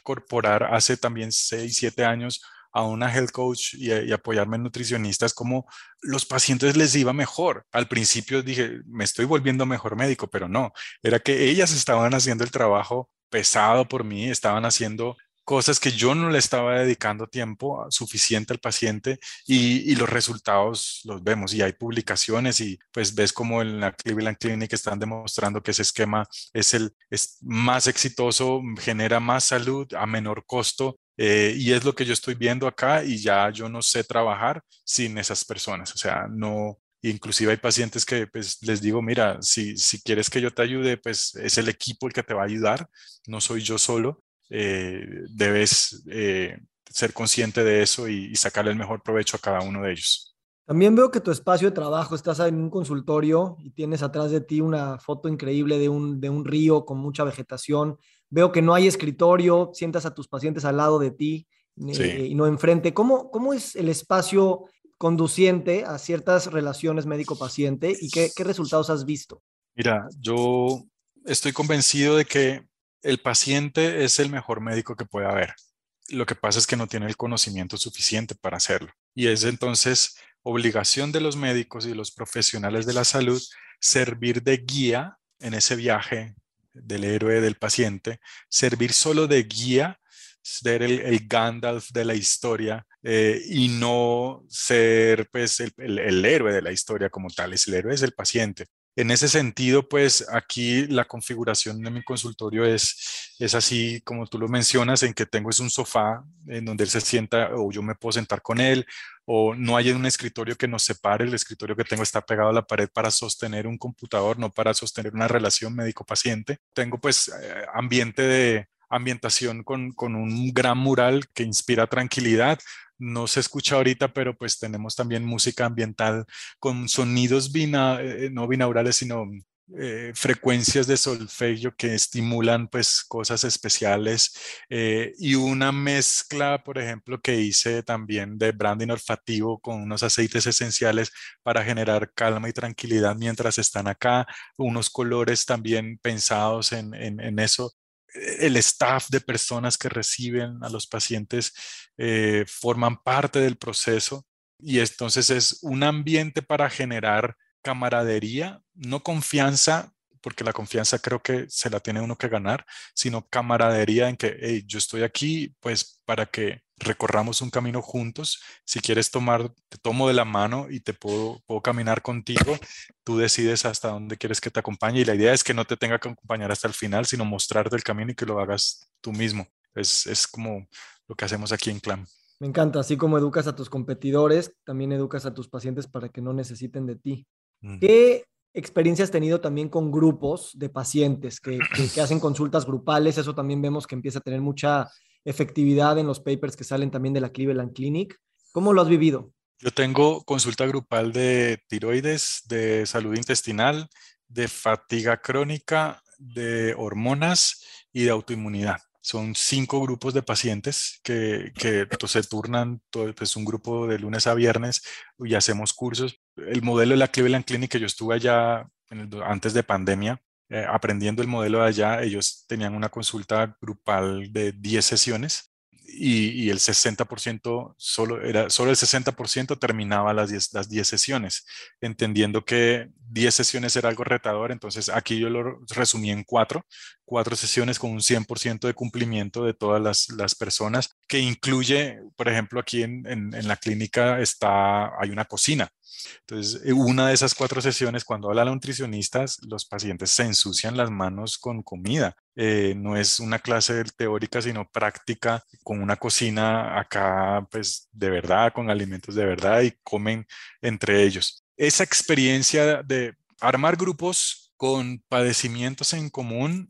incorporar hace también seis, siete años a una health coach y, y apoyarme en nutricionistas, como los pacientes les iba mejor. Al principio dije, me estoy volviendo mejor médico, pero no, era que ellas estaban haciendo el trabajo pesado por mí, estaban haciendo cosas que yo no le estaba dedicando tiempo suficiente al paciente y, y los resultados los vemos y hay publicaciones y pues ves como en la Cleveland Clinic están demostrando que ese esquema es el es más exitoso, genera más salud a menor costo. Eh, y es lo que yo estoy viendo acá y ya yo no sé trabajar sin esas personas. O sea, no, inclusive hay pacientes que pues les digo, mira, si, si quieres que yo te ayude, pues es el equipo el que te va a ayudar, no soy yo solo. Eh, debes eh, ser consciente de eso y, y sacarle el mejor provecho a cada uno de ellos. También veo que tu espacio de trabajo, estás en un consultorio y tienes atrás de ti una foto increíble de un, de un río con mucha vegetación. Veo que no hay escritorio, sientas a tus pacientes al lado de ti Sí, eh, y no enfrente. ¿Cómo, cómo es el espacio conduciente a ciertas relaciones médico-paciente y qué, qué resultados has visto? mira, yo estoy convencido de que el paciente es el mejor médico que puede haber. Lo que pasa es que no tiene el conocimiento suficiente para hacerlo. Y es entonces obligación de los médicos y de los profesionales de la salud servir de guía en ese viaje del héroe del paciente, servir solo de guía, ser el, el Gandalf de la historia eh, y no ser pues el, el, el héroe de la historia como tal, es el héroe es el paciente. En ese sentido, pues aquí la configuración de mi consultorio es, es así como tú lo mencionas, en que tengo es un sofá en donde él se sienta o yo me puedo sentar con él, o no hay un escritorio que nos separe, el escritorio que tengo está pegado a la pared para sostener un computador, no para sostener una relación médico-paciente. Tengo pues eh, ambiente de ambientación con, con un gran mural que inspira tranquilidad. No se escucha ahorita, pero pues tenemos también música ambiental con sonidos bina, eh, no binaurales, sino eh, frecuencias de solfegio que estimulan pues cosas especiales eh, y una mezcla, por ejemplo, que hice también de branding olfativo con unos aceites esenciales para generar calma y tranquilidad mientras están acá, unos colores también pensados en, en, en eso. El staff de personas que reciben a los pacientes eh, forman parte del proceso y entonces es un ambiente para generar camaradería, no confianza, porque la confianza creo que se la tiene uno que ganar, sino camaradería en que hey, yo estoy aquí pues para que recorramos un camino juntos. Si quieres tomar, te tomo de la mano y te puedo, puedo caminar contigo. Tú decides hasta dónde quieres que te acompañe y la idea es que no te tenga que acompañar hasta el final, sino mostrarte el camino y que lo hagas tú mismo. Es, es como lo que hacemos aquí en CLAM. Me encanta, así como educas a tus competidores, también educas a tus pacientes para que no necesiten de ti. Mm. ¿Qué experiencia has tenido también con grupos de pacientes que, que, que hacen consultas grupales? Eso también vemos que empieza a tener mucha efectividad en los papers que salen también de la Cleveland Clinic. ¿Cómo lo has vivido? Yo tengo consulta grupal de tiroides, de salud intestinal, de fatiga crónica, de hormonas y de autoinmunidad. Son cinco grupos de pacientes que, que pues, se turnan, todo, es pues, un grupo de lunes a viernes y hacemos cursos. El modelo de la Cleveland Clinic, que yo estuve allá en el- antes de pandemia, eh, aprendiendo el modelo de allá, ellos tenían una consulta grupal de diez sesiones y, y el sesenta por ciento, solo, era, solo el sesenta por ciento terminaba las diez, las diez sesiones, entendiendo que diez sesiones era algo retador, entonces aquí yo lo resumí en cuatro, cuatro sesiones con un cien por ciento de cumplimiento de todas las, las personas, que incluye, por ejemplo, aquí en, en, en la clínica está, hay una cocina. Entonces, eh, una de esas cuatro sesiones, cuando habla la nutricionista, los pacientes se ensucian las manos con comida. Eh, no es una clase teórica, sino práctica, con una cocina acá, pues de verdad, con alimentos de verdad y comen entre ellos. Esa experiencia de armar grupos con padecimientos en común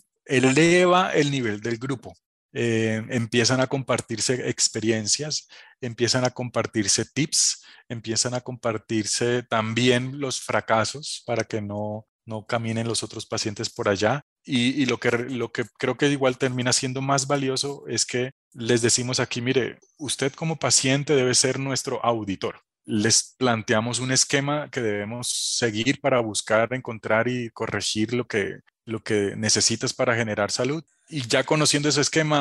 eleva el nivel del grupo. Eh, empiezan a compartirse experiencias, empiezan a compartirse tips, empiezan a compartirse también los fracasos para que no, no caminen los otros pacientes por allá. Y, y lo, que, lo que creo que igual termina siendo más valioso es que les decimos aquí, mire, usted como paciente debe ser nuestro auditor. Les planteamos un esquema que debemos seguir para buscar, encontrar y corregir lo que, lo que necesitas para generar salud. Y ya conociendo ese esquema,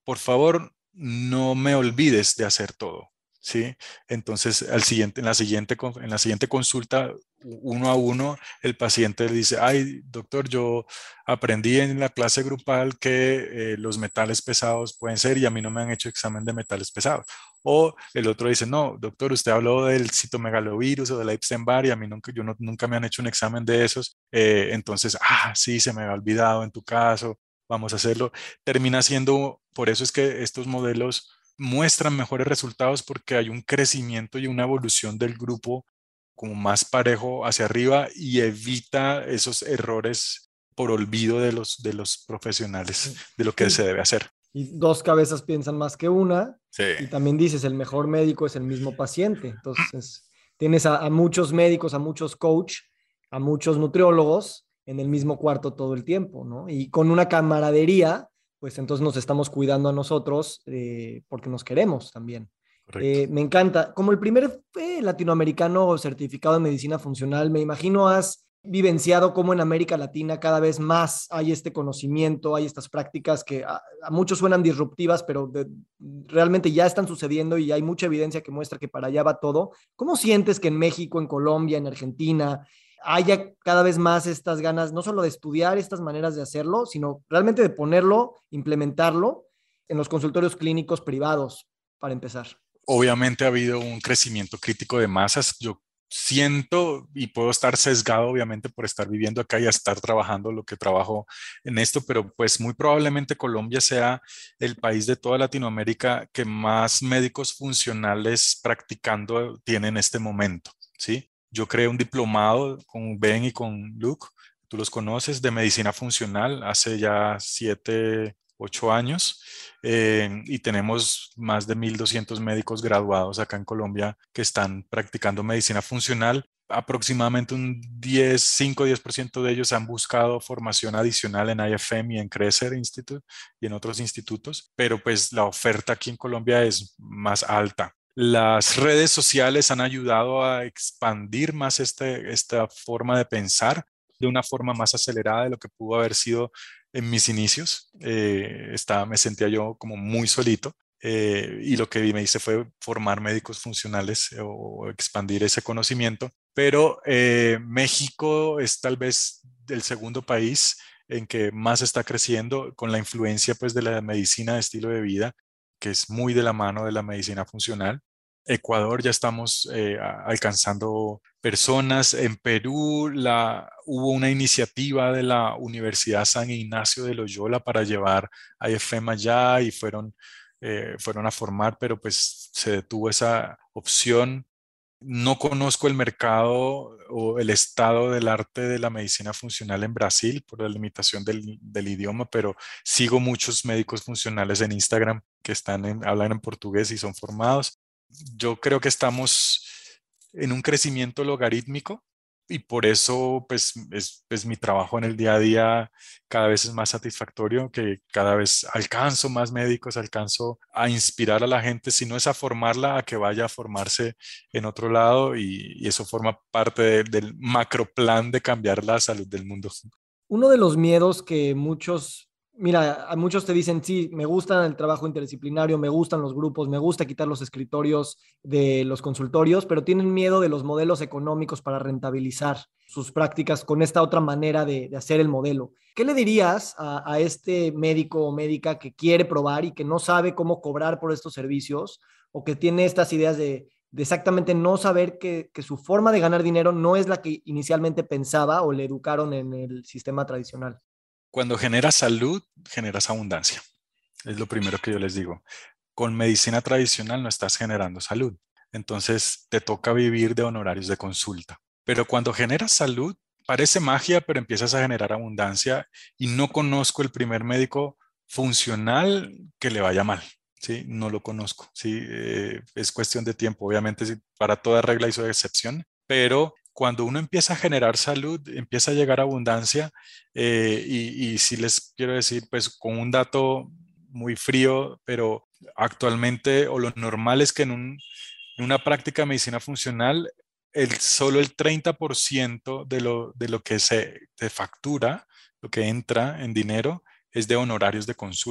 por favor, no me olvides de hacer todo, ¿sí? Entonces, al siguiente, en la siguiente, en la siguiente consulta, uno a uno, el paciente dice, ay, doctor, yo aprendí en la clase grupal que eh, los metales pesados pueden ser y a mí no me han hecho examen de metales pesados. O el otro dice, no, doctor, usted habló del citomegalovirus o del Epstein-Barr y a mí nunca, yo no, nunca me han hecho un examen de esos. Eh, entonces, ah, sí, se me ha olvidado en tu caso, vamos a hacerlo. Termina siendo, por eso es que estos modelos muestran mejores resultados porque hay un crecimiento y una evolución del grupo como más parejo hacia arriba y evita esos errores por olvido de los, de los profesionales de lo que se Sí. debe hacer. Y dos cabezas piensan más que una. Sí, Y también dices, el mejor médico es el mismo paciente. Entonces, tienes a, a muchos médicos, a muchos coach, a muchos nutriólogos en el mismo cuarto todo el tiempo, ¿no? Y con una camaradería, pues entonces nos estamos cuidando a nosotros eh, porque nos queremos también. correcto. Eh, me encanta. Como el primer eh, latinoamericano certificado en medicina funcional, me imagino has vivenciado cómo en América Latina cada vez más hay este conocimiento, hay estas prácticas que a, a muchos suenan disruptivas, pero de, realmente ya están sucediendo y hay mucha evidencia que muestra que para allá va todo. ¿Cómo sientes que en México, en Colombia, en Argentina, haya cada vez más estas ganas, no solo de estudiar estas maneras de hacerlo, sino realmente de ponerlo, implementarlo en los consultorios clínicos privados, para empezar? Obviamente ha habido un crecimiento crítico de masas. Yo siento y puedo estar sesgado obviamente por estar viviendo acá y estar trabajando lo que trabajo en esto, pero pues muy probablemente Colombia sea el país de toda Latinoamérica que más médicos funcionales practicando tiene en este momento, ¿sí? Yo creé un diplomado con Ben y con Luke, tú los conoces, de medicina funcional hace ya siete, ocho años. Eh, y tenemos más de mil doscientos médicos graduados acá en Colombia que están practicando medicina funcional. Aproximadamente un diez, cinco, diez por ciento de ellos han buscado formación adicional en I F M y en Crecer Institute y en otros institutos, pero pues la oferta aquí en Colombia es más alta. Las redes sociales han ayudado a expandir más este, esta forma de pensar de una forma más acelerada de lo que pudo haber sido en mis inicios. Eh, estaba, me sentía yo como muy solito eh, y lo que me hice fue formar médicos funcionales eh, o expandir ese conocimiento. Pero eh, México es tal vez el segundo país en que más está creciendo con la influencia pues de la medicina de estilo de vida, que es muy de la mano de la medicina funcional. Ecuador ya estamos eh, alcanzando personas. En Perú la, hubo una iniciativa de la Universidad San Ignacio de Loyola para llevar a I F M allá y fueron, eh, fueron a formar, pero pues se detuvo esa opción. No conozco el mercado o el estado del arte de la medicina funcional en Brasil por la limitación del, del idioma, pero sigo muchos médicos funcionales en Instagram que están en, hablan en portugués y son formados. Yo creo que estamos en un crecimiento logarítmico y por eso pues es, es mi trabajo en el día a día cada vez es más satisfactorio, que cada vez alcanzo más médicos, alcanzo a inspirar a la gente, si no es a formarla, a que vaya a formarse en otro lado y, y eso forma parte de, del macro plan de cambiar la salud del mundo. Uno de los miedos que muchos, mira, a muchos te dicen, sí, me gusta el trabajo interdisciplinario, me gustan los grupos, me gusta quitar los escritorios de los consultorios, pero tienen miedo de los modelos económicos para rentabilizar sus prácticas con esta otra manera de, de hacer el modelo. ¿Qué le dirías a, a este médico o médica que quiere probar y que no sabe cómo cobrar por estos servicios o que tiene estas ideas de de exactamente no saber que, que, su forma de ganar dinero no es la que inicialmente pensaba o le educaron en el sistema tradicional? Cuando generas salud, generas abundancia. Es lo primero que yo les digo. Con medicina tradicional no estás generando salud. Entonces te toca vivir de honorarios de consulta. Pero cuando generas salud, parece magia, pero empiezas a generar abundancia y no conozco el primer médico funcional que le vaya mal. Sí, no lo conozco. Sí, eh, es cuestión de tiempo. Obviamente, sí, para toda regla hay su excepción, pero cuando uno empieza a generar salud, empieza a llegar abundancia. Eh, y, y sí les quiero decir, pues con un dato muy frío, pero actualmente o lo normal es que en, un, en una práctica de medicina funcional, el, solo el treinta por ciento de lo, de lo que se, se factura, lo que entra en dinero, es de honorarios de consulta.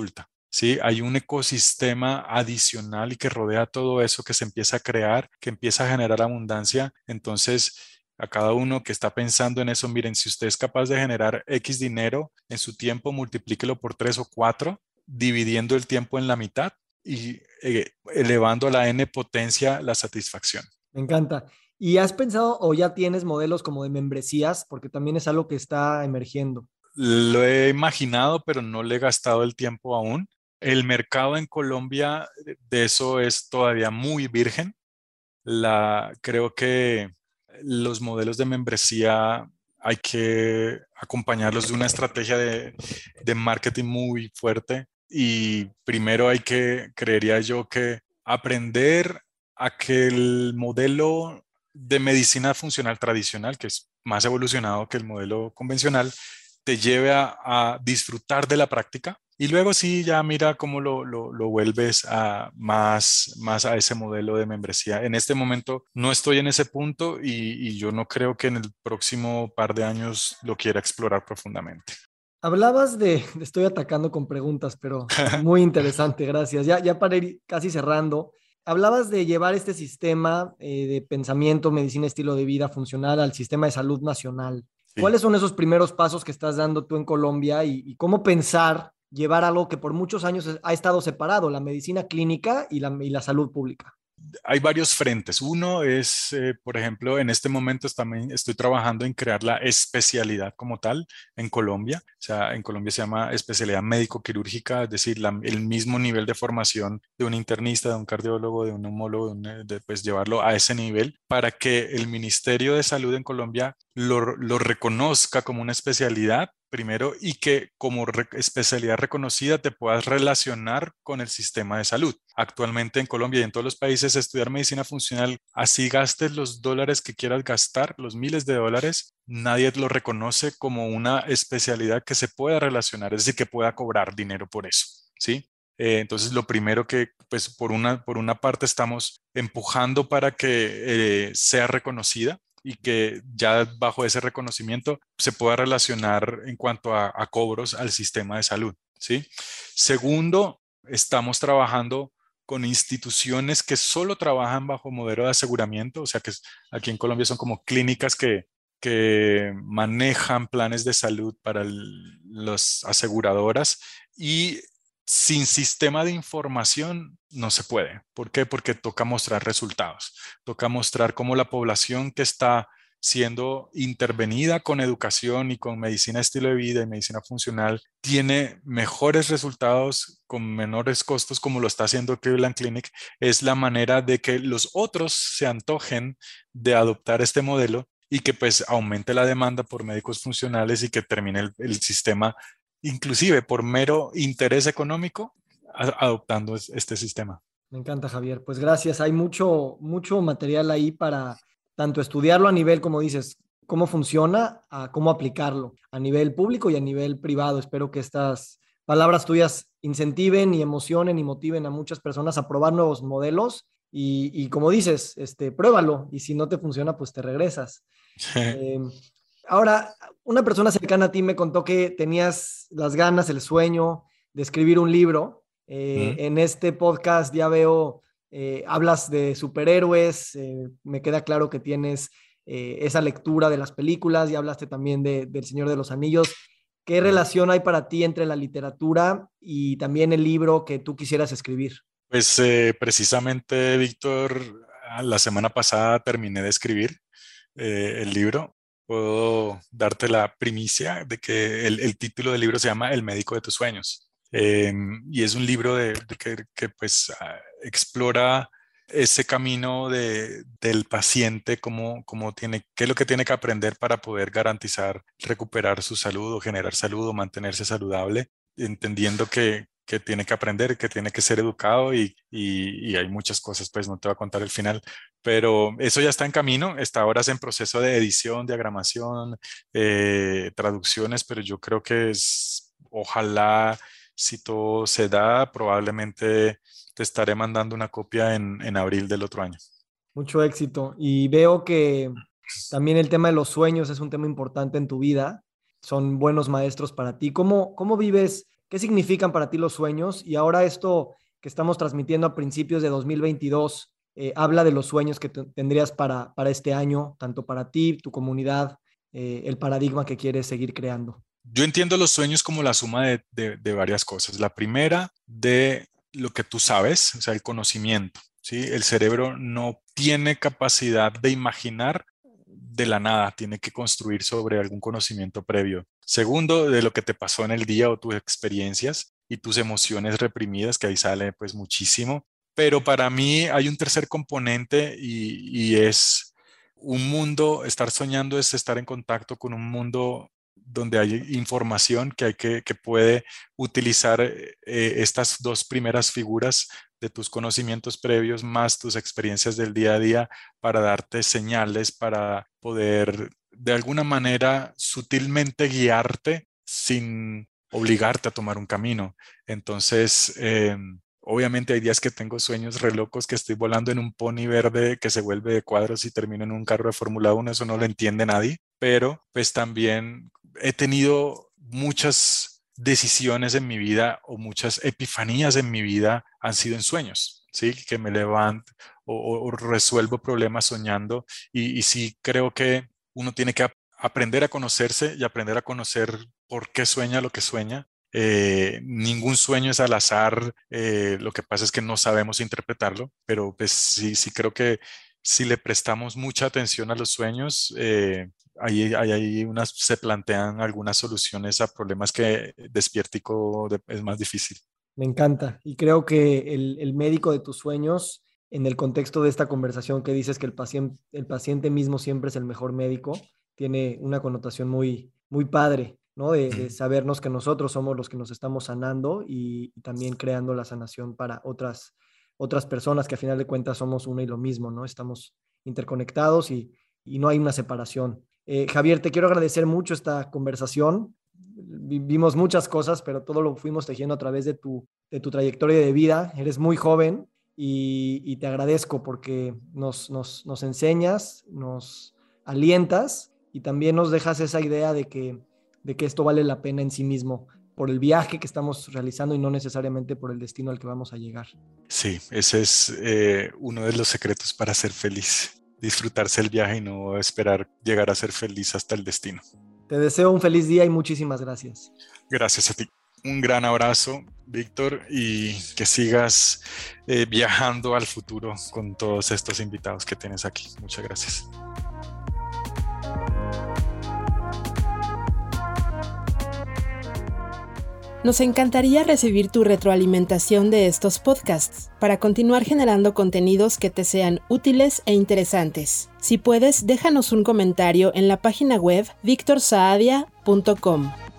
¿sí? Hay un ecosistema adicional y que rodea todo eso, que se empieza a crear, que empieza a generar abundancia. Entonces, a cada uno que está pensando en eso, miren, si usted es capaz de generar X dinero en su tiempo, multiplíquelo por tres o cuatro, dividiendo el tiempo en la mitad y eh, elevando a la n potencia la satisfacción. Me encanta. ¿Y has pensado o ya tienes modelos como de membresías? Porque también es algo que está emergiendo. Lo he imaginado, pero no le he gastado el tiempo aún. El mercado en Colombia de eso es todavía muy virgen. La, creo que los modelos de membresía hay que acompañarlos de una estrategia de, de marketing muy fuerte y primero hay que, creería yo, que aprender a que el modelo de medicina funcional tradicional, que es más evolucionado que el modelo convencional, te lleve a, a disfrutar de la práctica y luego sí ya mira cómo lo, lo, lo vuelves a más, más a ese modelo de membresía. En este momento no estoy en ese punto y, y yo no creo que en el próximo par de años lo quiera explorar profundamente. Hablabas de, estoy atacando con preguntas, pero muy interesante, gracias. Ya, ya para ir casi cerrando, hablabas de llevar este sistema eh, de pensamiento, medicina, estilo de vida funcional al sistema de salud nacional. Sí. ¿Cuáles son esos primeros pasos que estás dando tú en Colombia y, y cómo pensar llevar algo que por muchos años ha estado separado, la medicina clínica y la, y la salud pública? Hay varios frentes. Uno es, eh, por ejemplo, en este momento también estoy trabajando en crear la especialidad como tal en Colombia. O sea, en Colombia se llama especialidad médico-quirúrgica, es decir, la, el mismo nivel de formación de un internista, de un cardiólogo, de un neumólogo, de, un, de pues llevarlo a ese nivel para que el Ministerio de Salud en Colombia lo, lo reconozca como una especialidad primero y que como re especialidad reconocida te puedas relacionar con el sistema de salud. Actualmente en Colombia y en todos los países estudiar medicina funcional, así gastes los dólares que quieras gastar, los miles de dólares, nadie lo reconoce como una especialidad que se pueda relacionar, es decir, que pueda cobrar dinero por eso, ¿sí? Eh, entonces, lo primero que, pues, por una, por una parte estamos empujando para que eh, sea reconocida y que ya bajo ese reconocimiento se pueda relacionar en cuanto a, a cobros al sistema de salud, ¿sí? Segundo, estamos trabajando con instituciones que solo trabajan bajo modelo de aseguramiento, o sea que aquí en Colombia son como clínicas que, que manejan planes de salud para las aseguradoras y sin sistema de información no se puede. ¿Por qué? Porque toca mostrar resultados, toca mostrar cómo la población que está siendo intervenida con educación y con medicina estilo de vida y medicina funcional tiene mejores resultados con menores costos como lo está haciendo Cleveland Clinic, es la manera de que los otros se antojen de adoptar este modelo y que pues aumente la demanda por médicos funcionales y que termine el, el sistema inclusive por mero interés económico, a, adoptando este sistema. Me encanta, Javier. Pues gracias. Hay mucho, mucho material ahí para tanto estudiarlo a nivel, como dices, cómo funciona, a cómo aplicarlo a nivel público y a nivel privado. Espero que estas palabras tuyas incentiven y emocionen y motiven a muchas personas a probar nuevos modelos y, y como dices, este, pruébalo y si no te funciona, pues te regresas. Eh, Ahora, una persona cercana a ti me contó que tenías las ganas, el sueño de escribir un libro. Eh, ¿Mm? en este podcast ya veo, eh, hablas de superhéroes, eh, me queda claro que tienes eh, esa lectura de las películas y hablaste también de, del Señor de los Anillos. ¿Qué ¿Mm? relación hay para ti entre la literatura y también el libro que tú quisieras escribir? Pues eh, precisamente, Víctor, la semana pasada terminé de escribir eh, el libro. Puedo darte la primicia de que el, el título del libro se llama El médico de tus sueños. Eh, y es un libro de, de que, que, pues uh, explora ese camino de, del paciente, cómo, cómo tiene, qué es lo que tiene que aprender para poder garantizar recuperar su salud o generar salud o mantenerse saludable, entendiendo que, que tiene que aprender, que tiene que ser educado y, y, y hay muchas cosas, pues no te voy a contar el final, pero eso ya está en camino, está ahora en proceso de edición, diagramación, eh, traducciones, pero yo creo que es, ojalá, si todo se da, probablemente te estaré mandando una copia en, en abril del otro año. Mucho éxito. Y veo que también el tema de los sueños es un tema importante en tu vida. Son buenos maestros para ti. ¿Cómo, cómo vives ¿qué significan para ti los sueños? Y ahora esto que estamos transmitiendo a principios de dos mil veintidós, eh, habla de los sueños que t- tendrías para, para este año, tanto para ti, tu comunidad, eh, el paradigma que quieres seguir creando. Yo entiendo los sueños como la suma de, de, de varias cosas. La primera, de lo que tú sabes, o sea, el conocimiento, ¿sí? El cerebro no tiene capacidad de imaginar de la nada, tiene que construir sobre algún conocimiento previo. Segundo, de lo que te pasó en el día o tus experiencias y tus emociones reprimidas, que ahí sale pues muchísimo. Pero para mí hay un tercer componente y, y es un mundo, estar soñando es estar en contacto con un mundo donde hay información que, hay que, que puede utilizar eh, estas dos primeras figuras de tus conocimientos previos más tus experiencias del día a día para darte señales, para poder de alguna manera sutilmente guiarte sin obligarte a tomar un camino. Entonces, eh, obviamente hay días que tengo sueños re locos, que estoy volando en un pony verde que se vuelve de cuadros y termino en un carro de Fórmula uno, eso no lo entiende nadie, pero pues también he tenido muchas decisiones en mi vida o muchas epifanías en mi vida han sido en sueños, ¿sí? Que me levanto o, o resuelvo problemas soñando y, y sí creo que uno tiene que ap- aprender a conocerse y aprender a conocer por qué sueña lo que sueña. Eh, ningún sueño es al azar, eh, lo que pasa es que no sabemos interpretarlo, pero pues sí, sí creo que si le prestamos mucha atención a los sueños, eh, ahí, ahí, ahí unas, se plantean algunas soluciones a problemas que despiertico de- es más difícil. Me encanta. Y creo que el, el médico de tus sueños, en el contexto de esta conversación que dices que el paciente, el paciente mismo siempre es el mejor médico, tiene una connotación muy, muy padre, ¿no? De, de Mm. sabernos que nosotros somos los que nos estamos sanando y, y también creando la sanación para otras, otras personas que a final de cuentas somos uno y lo mismo, ¿no? Estamos interconectados y, y no hay una separación. Eh, Javier, te quiero agradecer mucho esta conversación. Vimos muchas cosas, pero todo lo fuimos tejiendo a través de tu, de tu trayectoria de vida. Eres muy joven y, y te agradezco porque nos, nos, nos enseñas, nos alientas y también nos dejas esa idea de que, de que esto vale la pena en sí mismo por el viaje que estamos realizando y no necesariamente por el destino al que vamos a llegar. Sí, ese es eh, uno de los secretos para ser feliz, disfrutarse el viaje y no esperar llegar a ser feliz hasta el destino. Te deseo un feliz día y muchísimas gracias. Gracias a ti. Un gran abrazo, Víctor, y que sigas eh, viajando al futuro con todos estos invitados que tienes aquí. Muchas gracias. Nos encantaría recibir tu retroalimentación de estos podcasts para continuar generando contenidos que te sean útiles e interesantes. Si puedes, déjanos un comentario en la página web victor saadia punto com.